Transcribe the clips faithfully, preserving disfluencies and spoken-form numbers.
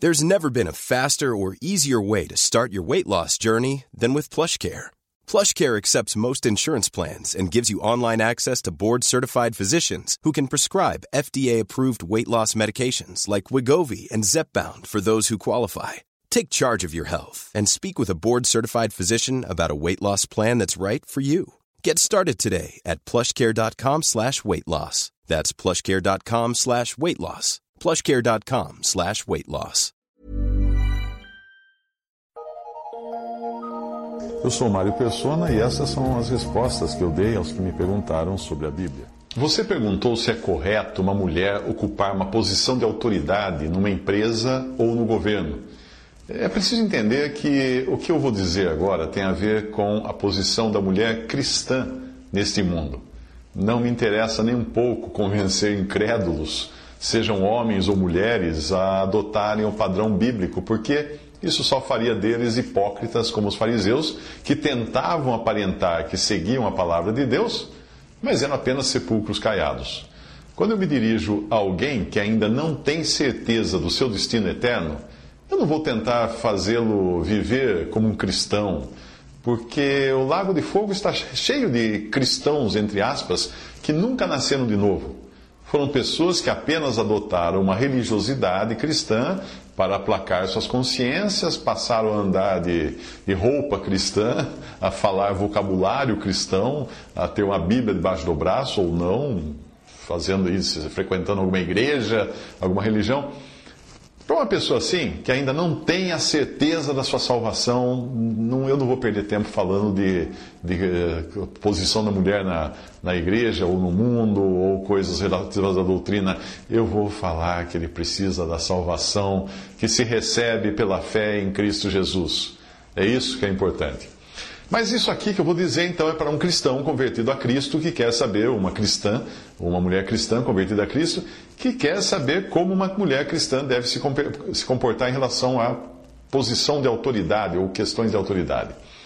There's never been a faster or easier way to start your weight loss journey than with PlushCare. PlushCare accepts most insurance plans and gives you online access to board-certified physicians who can prescribe F D A-approved weight loss medications like Wegovy and Zepbound for those who qualify. Take charge of your health and speak with a board-certified physician about a weight loss plan that's right for you. Get started today at plushcare.com slash weight loss. That's plushcare.com slash weight loss. plushcare.com slash weight loss. Eu sou Mário Persona e essas são as respostas que eu dei aos que me perguntaram sobre a Bíblia. Você perguntou se é correto uma mulher ocupar uma posição de autoridade numa empresa ou no governo. É preciso entender que o que eu vou dizer agora tem a ver com a posição da mulher cristã neste mundo. Não me interessa nem um pouco convencer incrédulos, sejam homens ou mulheres, a adotarem o padrão bíblico, porque isso só faria deles hipócritas como os fariseus, que tentavam aparentar que seguiam a palavra de Deus, mas eram apenas sepulcros caiados. Quando eu me dirijo a alguém que ainda não tem certeza do seu destino eterno, eu não vou tentar fazê-lo viver como um cristão, porque o Lago de Fogo está cheio de cristãos, entre aspas, que nunca nasceram de novo. Foram pessoas que apenas adotaram uma religiosidade cristã para aplacar suas consciências, passaram a andar de, de roupa cristã, a falar vocabulário cristão, a ter uma Bíblia debaixo do braço ou não, fazendo isso, frequentando alguma igreja, alguma religião. Para uma pessoa assim, que ainda não tem a certeza da sua salvação, não, eu não vou perder tempo falando de, de uh, posição da mulher na, na igreja ou no mundo, ou coisas relativas à doutrina. Eu vou falar que ele precisa da salvação que se recebe pela fé em Cristo Jesus. É isso que é importante. Mas isso aqui que eu vou dizer, então, é para um cristão convertido a Cristo que quer saber, uma cristã, uma mulher cristã convertida a Cristo, que quer saber como uma mulher cristã deve se comportar em relação à posição de autoridade ou questões de autoridade.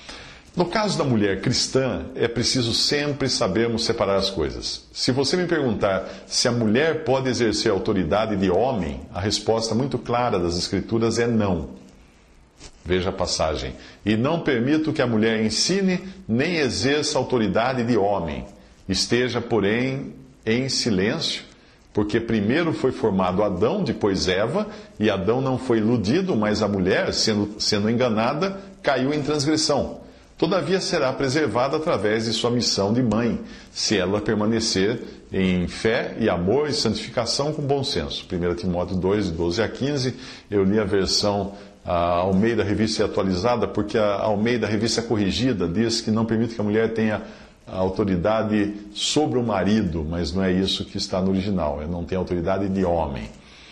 No caso da mulher cristã, é preciso sempre sabermos separar as coisas. Se você me perguntar se a mulher pode exercer autoridade de homem, a resposta muito clara das Escrituras é não. Veja a passagem. E não permito que a mulher ensine nem exerça autoridade de homem. Esteja, porém, em silêncio, porque primeiro foi formado Adão, depois Eva, e Adão não foi iludido, mas a mulher, sendo, sendo enganada, caiu em transgressão. Todavia será preservada através de sua missão de mãe, se ela permanecer em fé e amor e santificação com bom senso. primeiro Timóteo dois, de doze a quinze, eu li a versão a Almeida Revista Atualizada, porque a Almeida Revista Corrigida diz que não permite que a mulher tenha a autoridade sobre o marido, mas não é isso que está no original, é não tem autoridade de homem.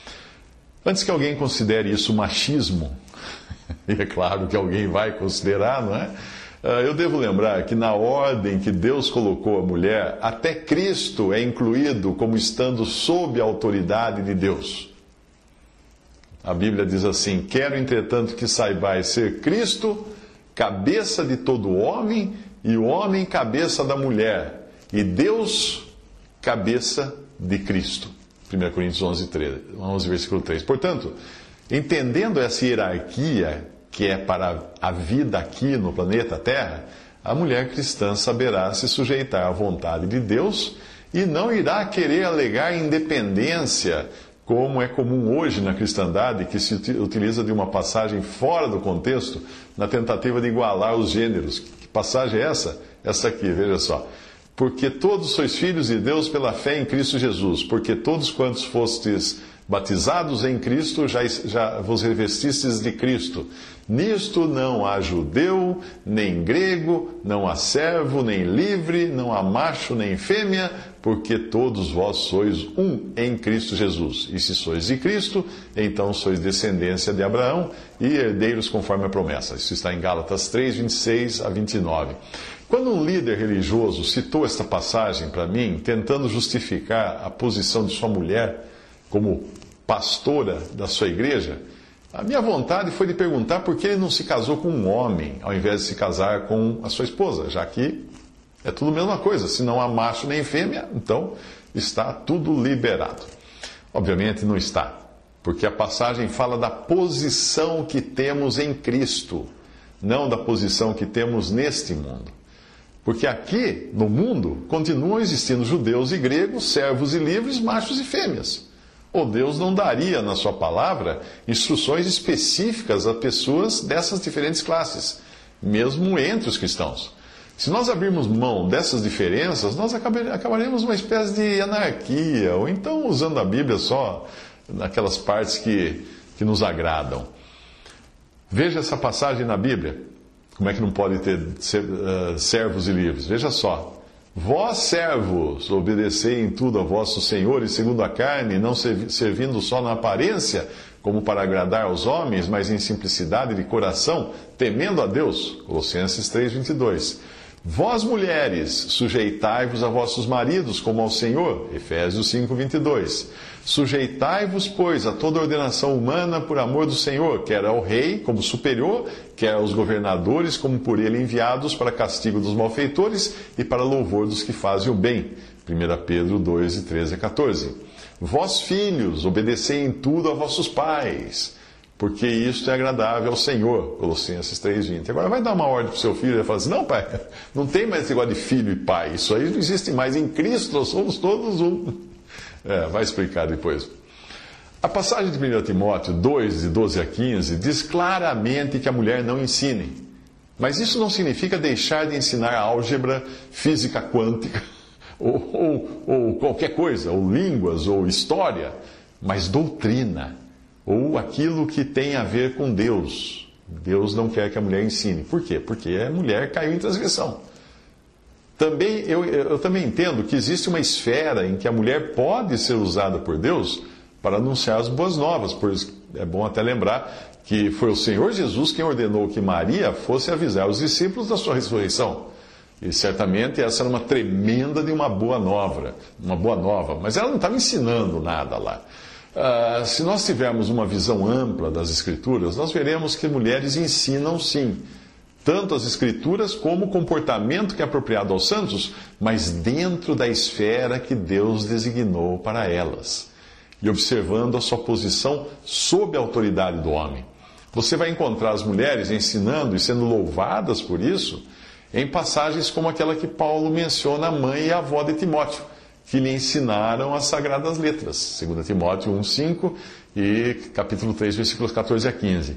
Antes que alguém considere isso machismo, e é claro que alguém vai considerar, não é? Eu devo lembrar que na ordem que Deus colocou a mulher, até Cristo é incluído como estando sob a autoridade de Deus. A Bíblia diz assim: quero, entretanto, que saibais ser Cristo, cabeça de todo homem, e o homem, cabeça da mulher, e Deus, cabeça de Cristo. primeiro Coríntios onze, treze, onze, versículo três. Portanto, entendendo essa hierarquia que é para a vida aqui no planeta Terra, a mulher cristã saberá se sujeitar à vontade de Deus e não irá querer alegar independência, como é comum hoje na cristandade, que se utiliza de uma passagem fora do contexto, na tentativa de igualar os gêneros. Que passagem é essa? Essa aqui, veja só. Porque todos sois filhos de Deus pela fé em Cristo Jesus, porque todos quantos fostes batizados em Cristo, já, já vos revestistes de Cristo. Nisto não há judeu, nem grego, não há servo, nem livre, não há macho, nem fêmea, porque todos vós sois um em Cristo Jesus. E se sois de Cristo, então sois descendência de Abraão e herdeiros conforme a promessa. Isso está em Gálatas três, vinte e seis a vinte e nove. Quando um líder religioso citou esta passagem para mim, tentando justificar a posição de sua mulher como pastora da sua igreja, a minha vontade foi de perguntar por que ele não se casou com um homem, ao invés de se casar com a sua esposa, já que é tudo a mesma coisa. Se não há macho nem fêmea, então está tudo liberado. Obviamente não está. porque a passagem fala da posição que temos em Cristo, não da posição que temos neste mundo. Porque aqui, no mundo, continuam existindo judeus e gregos, servos e livres, machos e fêmeas. Ou Deus não daria, na sua palavra, instruções específicas a pessoas dessas diferentes classes, mesmo entre os cristãos. Se nós abrirmos mão dessas diferenças, nós acabaremos uma espécie de anarquia, ou então usando a Bíblia só naquelas partes que, que nos agradam. Veja essa passagem na Bíblia. Como é que não pode ter uh, servos e livres? Veja só. Vós, servos, obedecei em tudo a vossos senhores segundo a carne, não servindo só na aparência, como para agradar aos homens, mas em simplicidade de coração, temendo a Deus. Colossenses três, vinte e dois. Vós, mulheres, sujeitai-vos a vossos maridos como ao Senhor. Efésios cinco, vinte e dois. Sujeitai-vos, pois, a toda ordenação humana por amor do Senhor, quer ao rei como superior, quer aos governadores como por ele enviados para castigo dos malfeitores e para louvor dos que fazem o bem. primeira Pedro dois, treze a quatorze. Vós, filhos, obedecei em tudo a vossos pais, porque isto é agradável ao Senhor. Colossenses três, vinte. Agora vai dar uma ordem para o seu filho e falar assim, não, pai, não tem mais esse negócio de filho e pai, isso aí não existe mais. Em Cristo nós somos todos um. É, vai explicar depois. A passagem de primeira Timóteo dois, de doze a quinze, diz claramente que a mulher não ensine. Mas isso não significa deixar de ensinar álgebra, física quântica, ou, ou, ou qualquer coisa, ou línguas, ou história, mas doutrina, ou aquilo que tem a ver com Deus. Deus não quer que a mulher ensine. Por quê? Porque a mulher caiu em transgressão. Também, eu, eu também entendo que existe uma esfera em que a mulher pode ser usada por Deus para anunciar as boas novas. Por isso é bom até lembrar que foi o Senhor Jesus quem ordenou que Maria fosse avisar os discípulos da sua ressurreição. E certamente essa era uma tremenda de uma boa nova, uma boa nova. Mas ela não estava ensinando nada lá. Uh, se nós tivermos uma visão ampla das Escrituras, nós veremos que mulheres ensinam sim. Tanto as Escrituras como o comportamento que é apropriado aos santos, mas dentro da esfera que Deus designou para elas. E observando a sua posição sob a autoridade do homem. Você vai encontrar as mulheres ensinando e sendo louvadas por isso em passagens como aquela que Paulo menciona a mãe e a avó de Timóteo, que lhe ensinaram as Sagradas Letras. segunda Timóteo um, cinco e capítulo três, versículos catorze a quinze.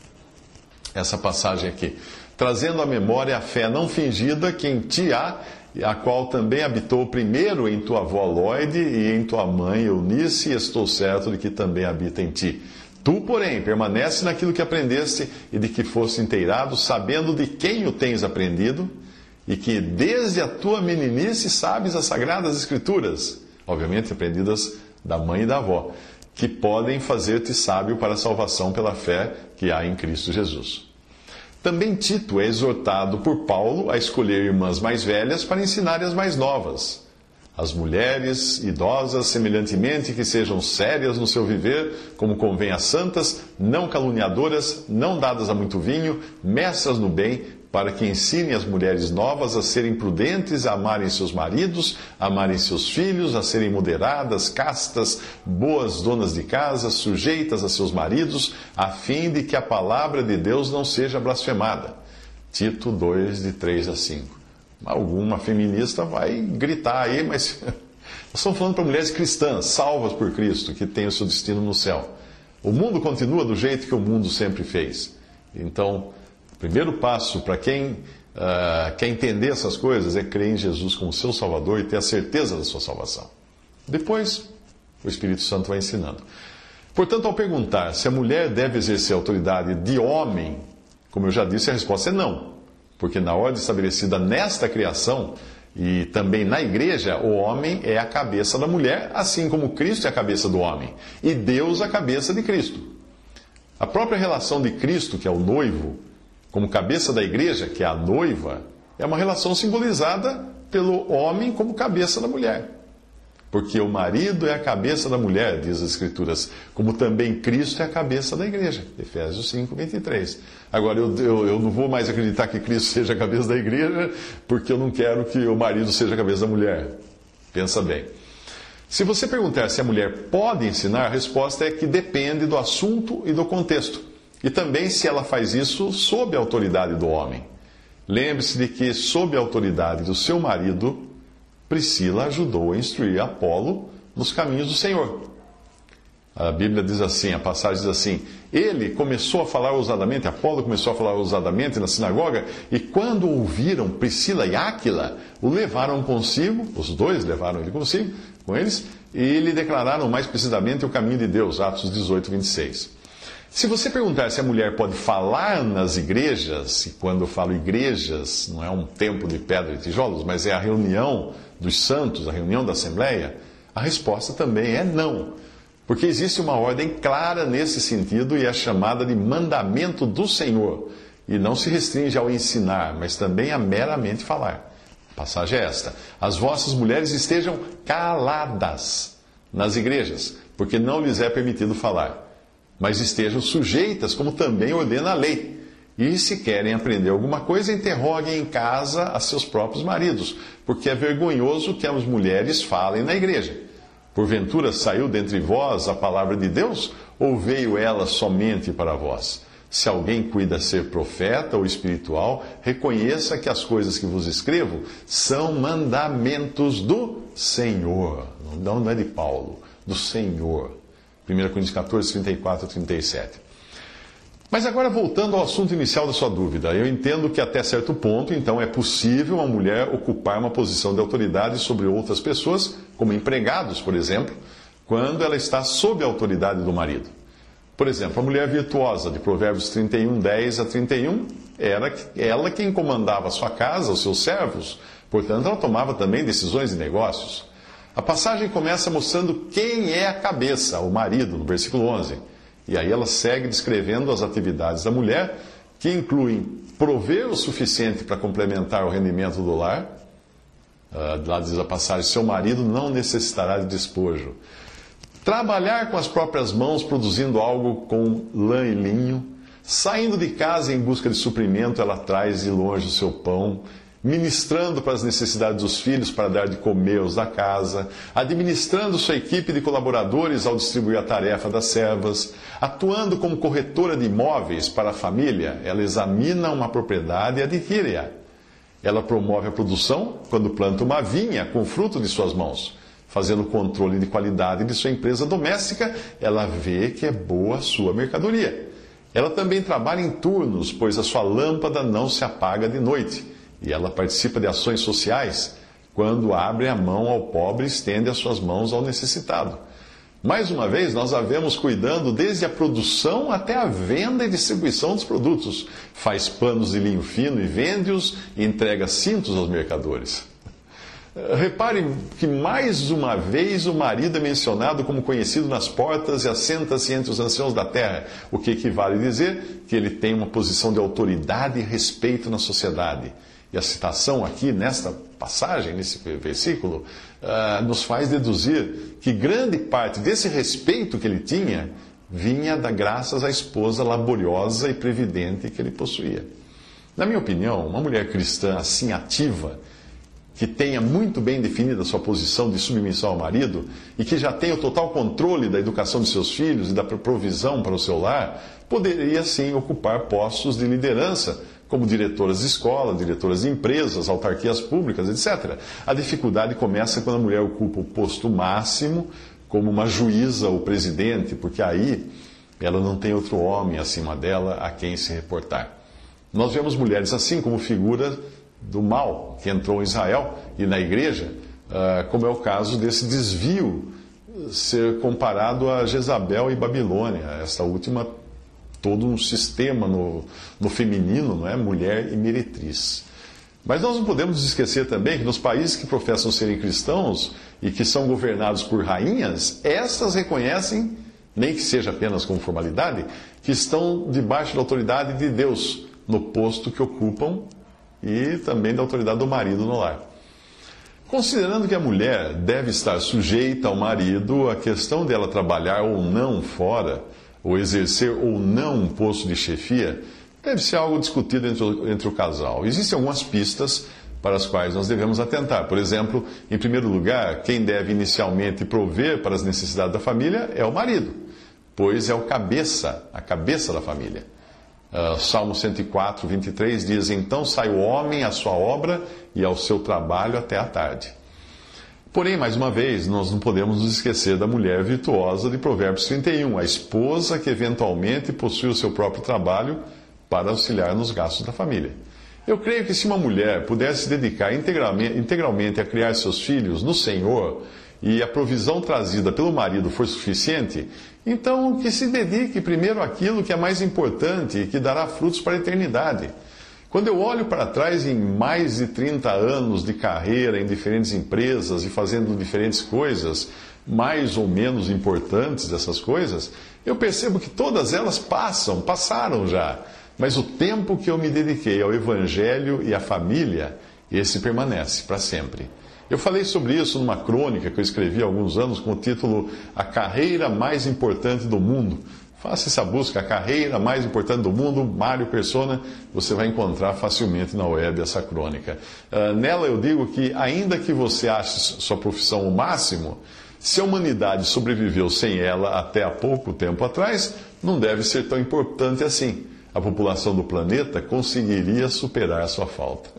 Essa passagem aqui. Trazendo à memória a fé não fingida que em ti há, a qual também habitou primeiro em tua avó Lóide e em tua mãe Eunice, e estou certo de que também habita em ti. Tu, porém, permanece naquilo que aprendeste e de que foste inteirado, sabendo de quem o tens aprendido, e que desde a tua meninice sabes as Sagradas Escrituras, obviamente aprendidas da mãe e da avó, que podem fazer-te sábio para a salvação pela fé que há em Cristo Jesus. Também Tito é exortado por Paulo a escolher irmãs mais velhas para ensinar as mais novas. As mulheres idosas, semelhantemente, que sejam sérias no seu viver, como convém às santas, não caluniadoras, não dadas a muito vinho, mestras no bem, para que ensinem as mulheres novas a serem prudentes, a amarem seus maridos, a amarem seus filhos, a serem moderadas, castas, boas donas de casa, sujeitas a seus maridos, a fim de que a palavra de Deus não seja blasfemada. Tito dois, de três a cinco. Alguma feminista vai gritar aí, mas nós estamos falando para mulheres cristãs, salvas por Cristo, que têm o seu destino no céu. O mundo continua do jeito que o mundo sempre fez. Então, o primeiro passo para quem uh, quer entender essas coisas é crer em Jesus como seu Salvador e ter a certeza da sua salvação. Depois, o Espírito Santo vai ensinando. Portanto, ao perguntar se a mulher deve exercer autoridade de homem, como eu já disse, a resposta é não. Porque na ordem estabelecida nesta criação e também na igreja, o homem é a cabeça da mulher, assim como Cristo é a cabeça do homem. E Deus a cabeça de Cristo. A própria relação de Cristo, que é o noivo, como cabeça da igreja, que é a noiva, é uma relação simbolizada pelo homem como cabeça da mulher. Porque o marido é a cabeça da mulher, diz as Escrituras, como também Cristo é a cabeça da igreja. Efésios cinco, vinte e três. Agora, eu, eu, eu não vou mais acreditar que Cristo seja a cabeça da igreja, porque eu não quero que o marido seja a cabeça da mulher. Pensa bem. Se você perguntar se a mulher pode ensinar, a resposta é que depende do assunto e do contexto. E também se ela faz isso sob a autoridade do homem. Lembre-se de que, sob a autoridade do seu marido, Priscila ajudou a instruir Apolo nos caminhos do Senhor. A Bíblia diz assim, a passagem diz assim: ele começou a falar ousadamente, Apolo começou a falar ousadamente na sinagoga, e quando ouviram Priscila e Áquila, o levaram consigo, os dois levaram ele consigo, com eles, e lhe declararam mais precisamente o caminho de Deus, Atos dezoito, vinte e seis. Se você perguntar se a mulher pode falar nas igrejas, e quando eu falo igrejas, não é um templo de pedra e tijolos, mas é a reunião dos santos, a reunião da Assembleia, a resposta também é não. Porque existe uma ordem clara nesse sentido e é chamada de mandamento do Senhor. E não se restringe ao ensinar, mas também a meramente falar. A passagem é esta: as vossas mulheres estejam caladas nas igrejas, porque não lhes é permitido falar. Mas estejam sujeitas, como também ordena a lei. E se querem aprender alguma coisa, interroguem em casa a seus próprios maridos, porque é vergonhoso que as mulheres falem na igreja. Porventura saiu dentre vós a palavra de Deus, ou veio ela somente para vós? Se alguém cuida ser profeta ou espiritual, reconheça que as coisas que vos escrevo são mandamentos do Senhor. Não é de Paulo, do Senhor. primeira Coríntios quatorze, trinta e quatro a trinta e sete. Mas agora, voltando ao assunto inicial da sua dúvida, eu entendo que até certo ponto, então, é possível uma mulher ocupar uma posição de autoridade sobre outras pessoas, como empregados, por exemplo, quando ela está sob a autoridade do marido. Por exemplo, a mulher virtuosa de Provérbios trinta e um, dez a trinta e um, era ela quem comandava a sua casa, os seus servos, portanto, ela tomava também decisões de negócios. A passagem começa mostrando quem é a cabeça, o marido, no versículo onze. E aí ela segue descrevendo as atividades da mulher, que incluem prover o suficiente para complementar o rendimento do lar. Uh, lá diz a passagem: seu marido não necessitará de despojo. Trabalhar com as próprias mãos, produzindo algo com lã e linho. Saindo de casa em busca de suprimento, ela traz de longe o seu pão. Ministrando para as necessidades dos filhos para dar de comer aos da casa, administrando sua equipe de colaboradores ao distribuir a tarefa das servas, atuando como corretora de imóveis para a família, ela examina uma propriedade e adquire-a. Ela promove a produção quando planta uma vinha com fruto de suas mãos. Fazendo controle de qualidade de sua empresa doméstica, ela vê que é boa a sua mercadoria. Ela também trabalha em turnos, pois a sua lâmpada não se apaga de noite. E ela participa de ações sociais quando abre a mão ao pobre e estende as suas mãos ao necessitado. Mais uma vez, nós a vemos cuidando desde a produção até a venda e distribuição dos produtos. Faz panos de linho fino e vende-os e entrega cintos aos mercadores. Repare que mais uma vez o marido é mencionado como conhecido nas portas e assenta-se entre os anciãos da terra, o que equivale a dizer que ele tem uma posição de autoridade e respeito na sociedade. E a citação aqui, nesta passagem, nesse versículo, uh, nos faz deduzir que grande parte desse respeito que ele tinha vinha da graças à esposa laboriosa e previdente que ele possuía. Na minha opinião, uma mulher cristã assim ativa, que tenha muito bem definida a sua posição de submissão ao marido e que já tenha o total controle da educação de seus filhos e da provisão para o seu lar, poderia sim ocupar postos de liderança, como diretoras de escola, diretoras de empresas, autarquias públicas, etcétera. A dificuldade começa quando a mulher ocupa o posto máximo, como uma juíza ou presidente, porque aí ela não tem outro homem acima dela a quem se reportar. Nós vemos mulheres assim como figura do mal que entrou em Israel e na igreja, como é o caso desse desvio ser comparado a Jezabel e Babilônia, essa última todo um sistema no, no feminino, não é? Mulher e meretriz. Mas nós não podemos nos esquecer também que nos países que professam serem cristãos e que são governados por rainhas, essas reconhecem, nem que seja apenas como formalidade, que estão debaixo da autoridade de Deus, no posto que ocupam e também da autoridade do marido no lar. Considerando que a mulher deve estar sujeita ao marido, a questão dela trabalhar ou não fora, ou exercer ou não um posto de chefia, deve ser algo discutido entre o, entre o casal. Existem algumas pistas para as quais nós devemos atentar. Por exemplo, em primeiro lugar, quem deve inicialmente prover para as necessidades da família é o marido, pois é o cabeça, a cabeça da família. Uh, Salmo cento e quatro, vinte e três diz: então sai o homem à sua obra e ao seu trabalho até a tarde. Porém, mais uma vez, nós não podemos nos esquecer da mulher virtuosa de Provérbios trinta e um, a esposa que eventualmente possui o seu próprio trabalho para auxiliar nos gastos da família. Eu creio que se uma mulher pudesse se dedicar integralmente, integralmente a criar seus filhos no Senhor e a provisão trazida pelo marido for suficiente, então que se dedique primeiro àquilo que é mais importante e que dará frutos para a eternidade. Quando eu olho para trás em mais de trinta anos de carreira em diferentes empresas e fazendo diferentes coisas, mais ou menos importantes dessas coisas, eu percebo que todas elas passam, passaram já. Mas o tempo que eu me dediquei ao Evangelho e à família, esse permanece para sempre. Eu falei sobre isso numa crônica que eu escrevi há alguns anos com o título A Carreira Mais Importante do Mundo. Faça essa busca, A Carreira Mais Importante do Mundo, Mário Persona, você vai encontrar facilmente na web essa crônica. Uh, nela eu digo que, ainda que você ache sua profissão o máximo, se a humanidade sobreviveu sem ela até há pouco tempo atrás, não deve ser tão importante assim. A população do planeta conseguiria superar a sua falta.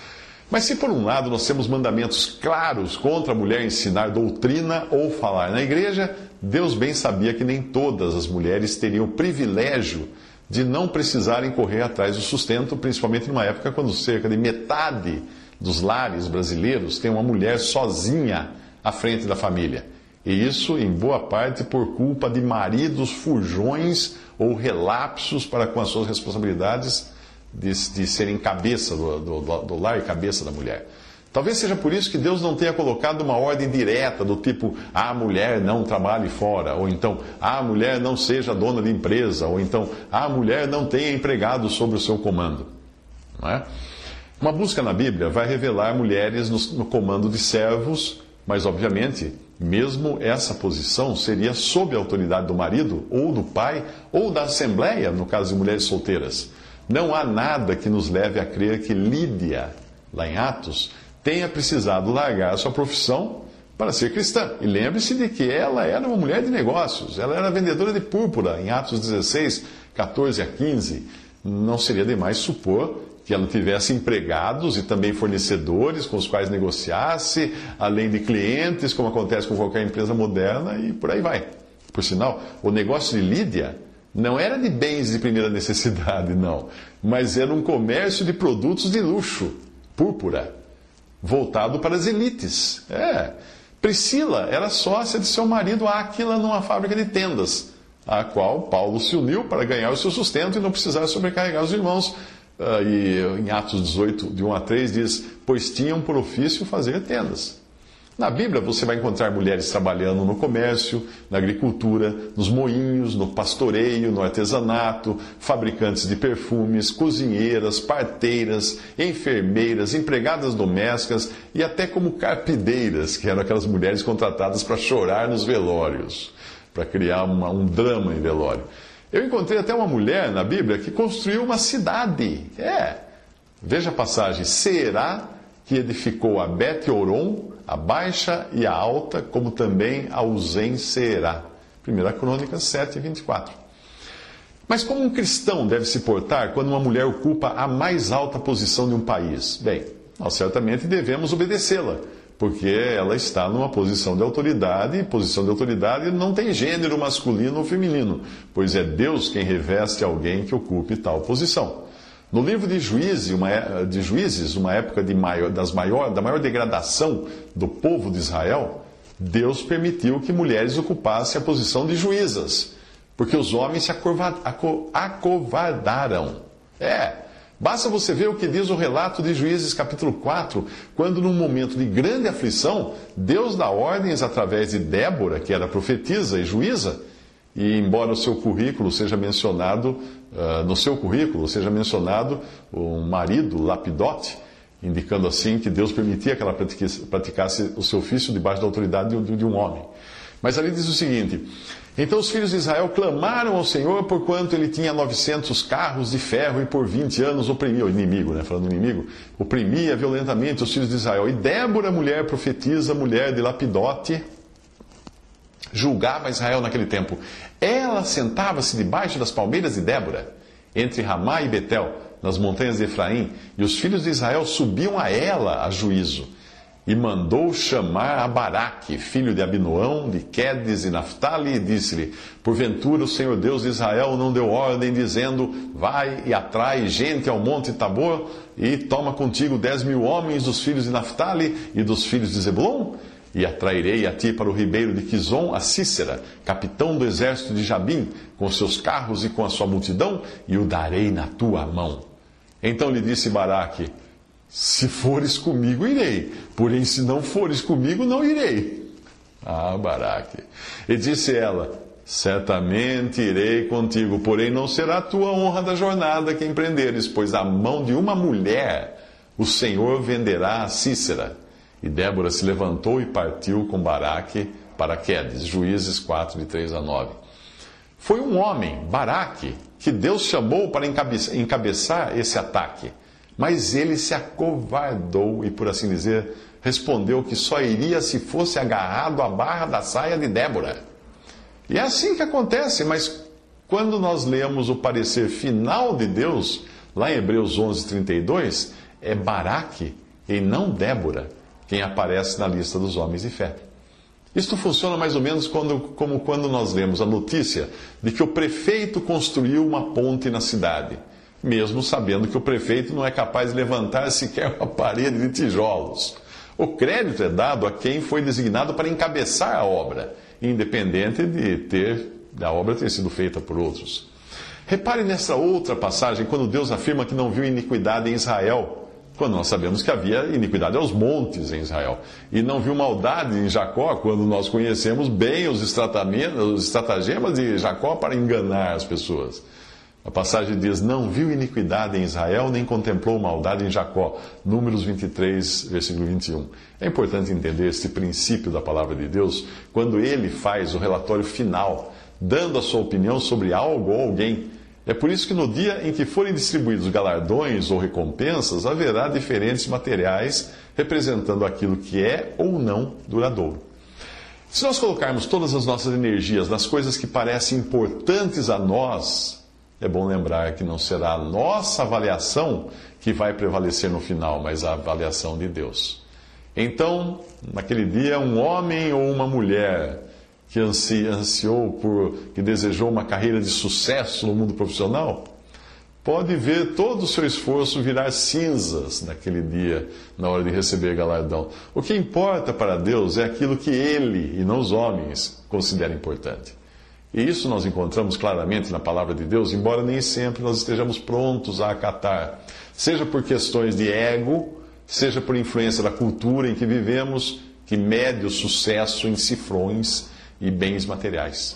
Mas se por um lado nós temos mandamentos claros contra a mulher ensinar doutrina ou falar na igreja, Deus bem sabia que nem todas as mulheres teriam o privilégio de não precisarem correr atrás do sustento, principalmente numa época quando cerca de metade dos lares brasileiros tem uma mulher sozinha à frente da família. E isso, em boa parte, por culpa de maridos fujões ou relapsos para com as suas responsabilidades de, de serem cabeça do, do, do lar e cabeça da mulher. Talvez seja por isso que Deus não tenha colocado uma ordem direta do tipo: a mulher não trabalhe fora, ou então a mulher não seja dona de empresa, ou então a mulher não tenha empregado sob o seu comando. Não é? Uma busca na Bíblia vai revelar mulheres no, no comando de servos, mas obviamente, mesmo essa posição seria sob a autoridade do marido, ou do pai, ou da assembleia, no caso de mulheres solteiras. Não há nada que nos leve a crer que Lídia, lá em Atos, tenha precisado largar a sua profissão para ser cristã. E lembre-se de que ela era uma mulher de negócios, ela era vendedora de púrpura, em Atos dezesseis, catorze a quinze. Não seria demais supor que ela tivesse empregados e também fornecedores com os quais negociasse, além de clientes, como acontece com qualquer empresa moderna, e por aí vai. Por sinal, o negócio de Lídia não era de bens de primeira necessidade, não, mas era um comércio de produtos de luxo, púrpura, voltado para as elites. É. Priscila era sócia de seu marido Áquila numa fábrica de tendas, a qual Paulo se uniu para ganhar o seu sustento e não precisar sobrecarregar os irmãos. Uh, e em Atos dezoito, de um a três, diz: pois tinham por ofício fazer tendas. Na Bíblia você vai encontrar mulheres trabalhando no comércio, na agricultura, nos moinhos, no pastoreio, no artesanato, fabricantes de perfumes, cozinheiras, parteiras, enfermeiras, empregadas domésticas e até como carpideiras, que eram aquelas mulheres contratadas para chorar nos velórios, para criar uma, um drama em velório. Eu encontrei até uma mulher na Bíblia que construiu uma cidade. É. Veja a passagem. Será que edificou a Bet-Horon, a baixa e a alta, como também a Uzen-Seerá. primeira Crônicas sete, vinte e quatro. Mas como um cristão deve se portar quando uma mulher ocupa a mais alta posição de um país? Bem, nós certamente devemos obedecê-la, porque ela está numa posição de autoridade, e posição de autoridade não tem gênero masculino ou feminino, pois é Deus quem reveste alguém que ocupe tal posição. No livro de Juízes, uma, de Juízes, uma época de maior, das maior, da maior degradação do povo de Israel, Deus permitiu que mulheres ocupassem a posição de juízas, porque os homens se acovardaram. É, basta você ver o que diz o relato de Juízes capítulo quatro, quando num momento de grande aflição, Deus dá ordens através de Débora, que era profetisa e juíza, e embora o seu currículo seja mencionado, uh, no seu currículo seja mencionado um marido, Lapidote, indicando assim que Deus permitia que ela praticasse, praticasse o seu ofício debaixo da autoridade de, de um homem. Mas ali diz o seguinte: então os filhos de Israel clamaram ao Senhor, porquanto ele tinha novecentos carros de ferro e por vinte anos oprimia, o inimigo, né, falando do inimigo, oprimia violentamente os filhos de Israel. E Débora, mulher profetisa, mulher de Lapidote, julgava Israel naquele tempo. Ela sentava-se debaixo das palmeiras de Débora, entre Ramá e Betel, nas montanhas de Efraim, e os filhos de Israel subiam a ela a juízo. E mandou chamar a Baraque, filho de Abinoão, de Quedes e Naftali, e disse-lhe: porventura o Senhor Deus de Israel não deu ordem, dizendo: vai e atrai gente ao monte Tabor, e toma contigo dez mil homens dos filhos de Naftali e dos filhos de Zebulon? E atrairei a ti para o ribeiro de Quizon a Cícera, capitão do exército de Jabim, com seus carros e com a sua multidão, e o darei na tua mão. Então lhe disse Baraque: se fores comigo, irei. Porém, se não fores comigo, não irei. Ah, Baraque. E disse ela: certamente irei contigo, porém não será a tua honra da jornada que empreenderes, pois a mão de uma mulher o Senhor venderá a Cícera. E Débora se levantou e partiu com Baraque para Quedes. Juízes quatro, de três a nove. Foi um homem, Baraque, que Deus chamou para encabe- encabeçar esse ataque. Mas ele se acovardou e, por assim dizer, respondeu que só iria se fosse agarrado à barra da saia de Débora. E é assim que acontece, mas quando nós lemos o parecer final de Deus, lá em Hebreus onze, trinta e dois, é Baraque e não Débora quem aparece na lista dos homens de fé. Isto funciona mais ou menos quando, como quando nós lemos a notícia de que o prefeito construiu uma ponte na cidade, mesmo sabendo que o prefeito não é capaz de levantar sequer uma parede de tijolos. O crédito é dado a quem foi designado para encabeçar a obra, independente de ter da obra ter sido feita por outros. Repare nessa outra passagem, quando Deus afirma que não viu iniquidade em Israel, quando nós sabemos que havia iniquidade aos montes em Israel, e não viu maldade em Jacó, quando nós conhecemos bem os estratagemas de Jacó para enganar as pessoas. A passagem diz: não viu iniquidade em Israel, nem contemplou maldade em Jacó. Números vinte e três, versículo vinte e um. É importante entender este princípio da palavra de Deus quando ele faz o relatório final, dando a sua opinião sobre algo ou alguém. É por isso que no dia em que forem distribuídos galardões ou recompensas, haverá diferentes materiais representando aquilo que é ou não duradouro. Se nós colocarmos todas as nossas energias nas coisas que parecem importantes a nós, é bom lembrar que não será a nossa avaliação que vai prevalecer no final, mas a avaliação de Deus. Então, naquele dia, um homem ou uma mulher que ansiou por, que desejou uma carreira de sucesso no mundo profissional, pode ver todo o seu esforço virar cinzas naquele dia, na hora de receber galardão. O que importa para Deus é aquilo que Ele, e não os homens, consideram importante. E isso nós encontramos claramente na palavra de Deus, embora nem sempre nós estejamos prontos a acatar. Seja por questões de ego, seja por influência da cultura em que vivemos, que mede o sucesso em cifrões e bens materiais.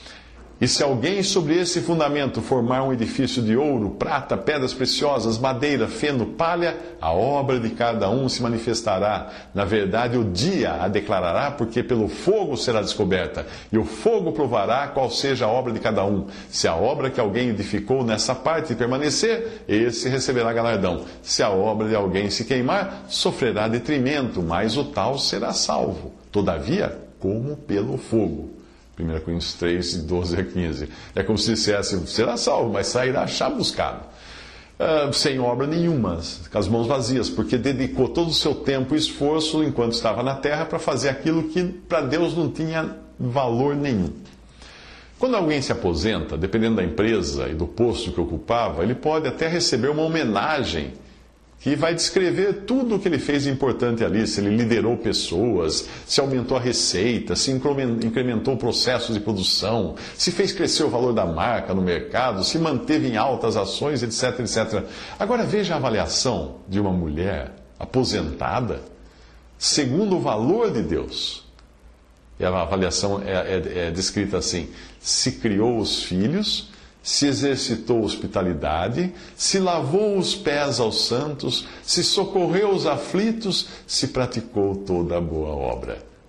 E se alguém sobre esse fundamento formar um edifício de ouro, prata, pedras preciosas, madeira, feno, palha, a obra de cada um se manifestará. Na verdade, o dia a declarará, porque pelo fogo será descoberta, e o fogo provará qual seja a obra de cada um. Se a obra que alguém edificou nessa parte permanecer, esse receberá galardão. Se a obra de alguém se queimar, sofrerá detrimento, mas o tal será salvo. Todavia, como pelo fogo. primeira Coríntios três, doze a quinze. É como se dissesse: será salvo, mas sairá chamuscado. Uh, sem obra nenhuma, com as mãos vazias, porque dedicou todo o seu tempo e esforço enquanto estava na terra para fazer aquilo que para Deus não tinha valor nenhum. Quando alguém se aposenta, dependendo da empresa e do posto que ocupava, ele pode até receber uma homenagem que vai descrever tudo o que ele fez de importante ali, se ele liderou pessoas, se aumentou a receita, se incrementou processos de produção, se fez crescer o valor da marca no mercado, se manteve em altas ações, etc, etcétera. Agora veja a avaliação de uma mulher aposentada segundo o valor de Deus. E a avaliação é, é, é descrita assim: se criou os filhos, se exercitou hospitalidade, se lavou os pés aos santos, se socorreu os aflitos, se praticou toda a boa obra.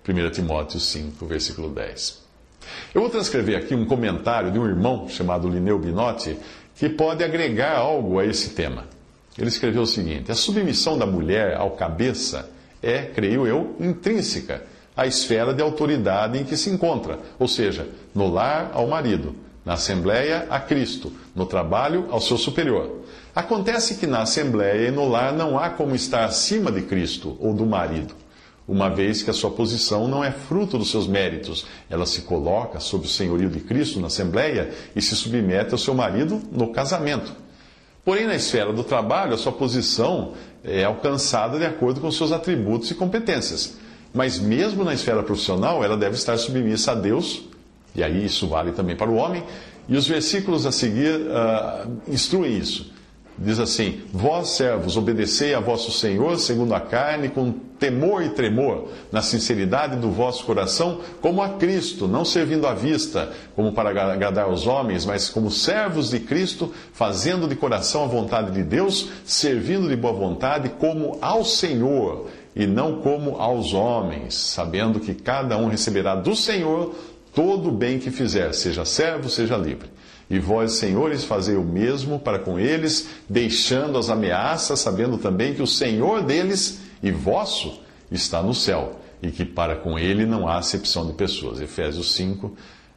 primeira Timóteo cinco, versículo dez. Eu vou transcrever aqui um comentário de um irmão chamado Lineu Binotti, que pode agregar algo a esse tema. Ele escreveu o seguinte: a submissão da mulher ao cabeça é, creio eu, intrínseca à esfera de autoridade em que se encontra, ou seja, no lar ao marido, na assembleia a Cristo, no trabalho ao seu superior. Acontece que na assembleia e no lar não há como estar acima de Cristo ou do marido, uma vez que a sua posição não é fruto dos seus méritos. Ela se coloca sob o senhorio de Cristo na assembleia e se submete ao seu marido no casamento. Porém, na esfera do trabalho, a sua posição é alcançada de acordo com seus atributos e competências. Mas mesmo na esfera profissional, ela deve estar submissa a Deus, e aí isso vale também para o homem, e os versículos a seguir uh, instruem isso. Diz assim: vós, servos, obedecei a vosso Senhor segundo a carne, com temor e tremor, na sinceridade do vosso coração, como a Cristo, não servindo à vista, como para agradar aos homens, mas como servos de Cristo, fazendo de coração a vontade de Deus, servindo de boa vontade, como ao Senhor, e não como aos homens, sabendo que cada um receberá do Senhor todo o bem que fizer, seja servo, seja livre. E vós, senhores, fazei o mesmo para com eles, deixando as ameaças, sabendo também que o Senhor deles e vosso está no céu, e que para com ele não há acepção de pessoas. Efésios cinco,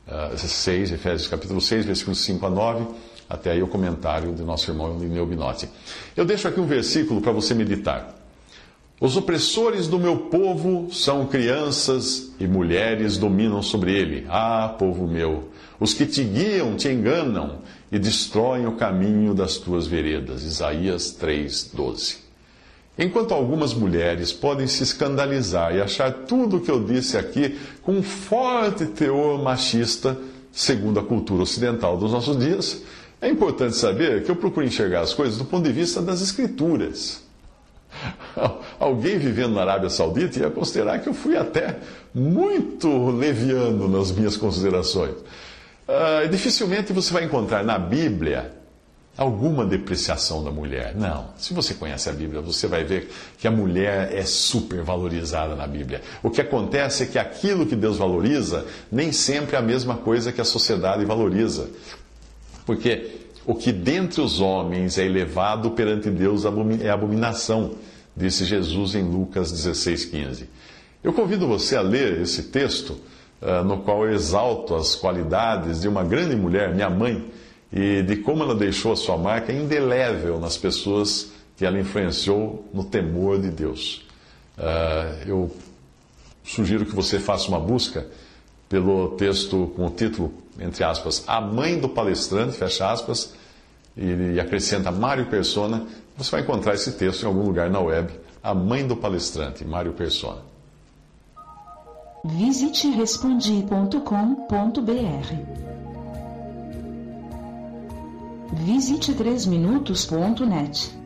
seis, Efésios capítulo seis, versículos cinco a nove, até aí o comentário do nosso irmão Lineu Binotti. Eu deixo aqui um versículo para você meditar. Os opressores do meu povo são crianças e mulheres dominam sobre ele. Ah, povo meu, os que te guiam te enganam e destroem o caminho das tuas veredas. Isaías três, doze. Enquanto algumas mulheres podem se escandalizar e achar tudo o que eu disse aqui com um forte teor machista, segundo a cultura ocidental dos nossos dias, é importante saber que eu procuro enxergar as coisas do ponto de vista das Escrituras. Alguém vivendo na Arábia Saudita ia considerar que eu fui até muito leviano nas minhas considerações. Uh, dificilmente você vai encontrar na Bíblia alguma depreciação da mulher. Não. Se você conhece a Bíblia, você vai ver que a mulher é supervalorizada na Bíblia. O que acontece é que aquilo que Deus valoriza nem sempre é a mesma coisa que a sociedade valoriza. Porque o que dentre os homens é elevado perante Deus é abominação, disse Jesus em Lucas dezesseis, quinze. Eu convido você a ler esse texto, uh, no qual eu exalto as qualidades de uma grande mulher, minha mãe, e de como ela deixou a sua marca indelével nas pessoas que ela influenciou no temor de Deus. Uh, eu sugiro que você faça uma busca pelo texto com o título, entre aspas, A Mãe do Palestrante, fecha aspas, e acrescenta Mário Persona. Você vai encontrar esse texto em algum lugar na web, A Mãe do Palestrante, Mário Persona. Visite respondi ponto com ponto br. Visite três minutos ponto net.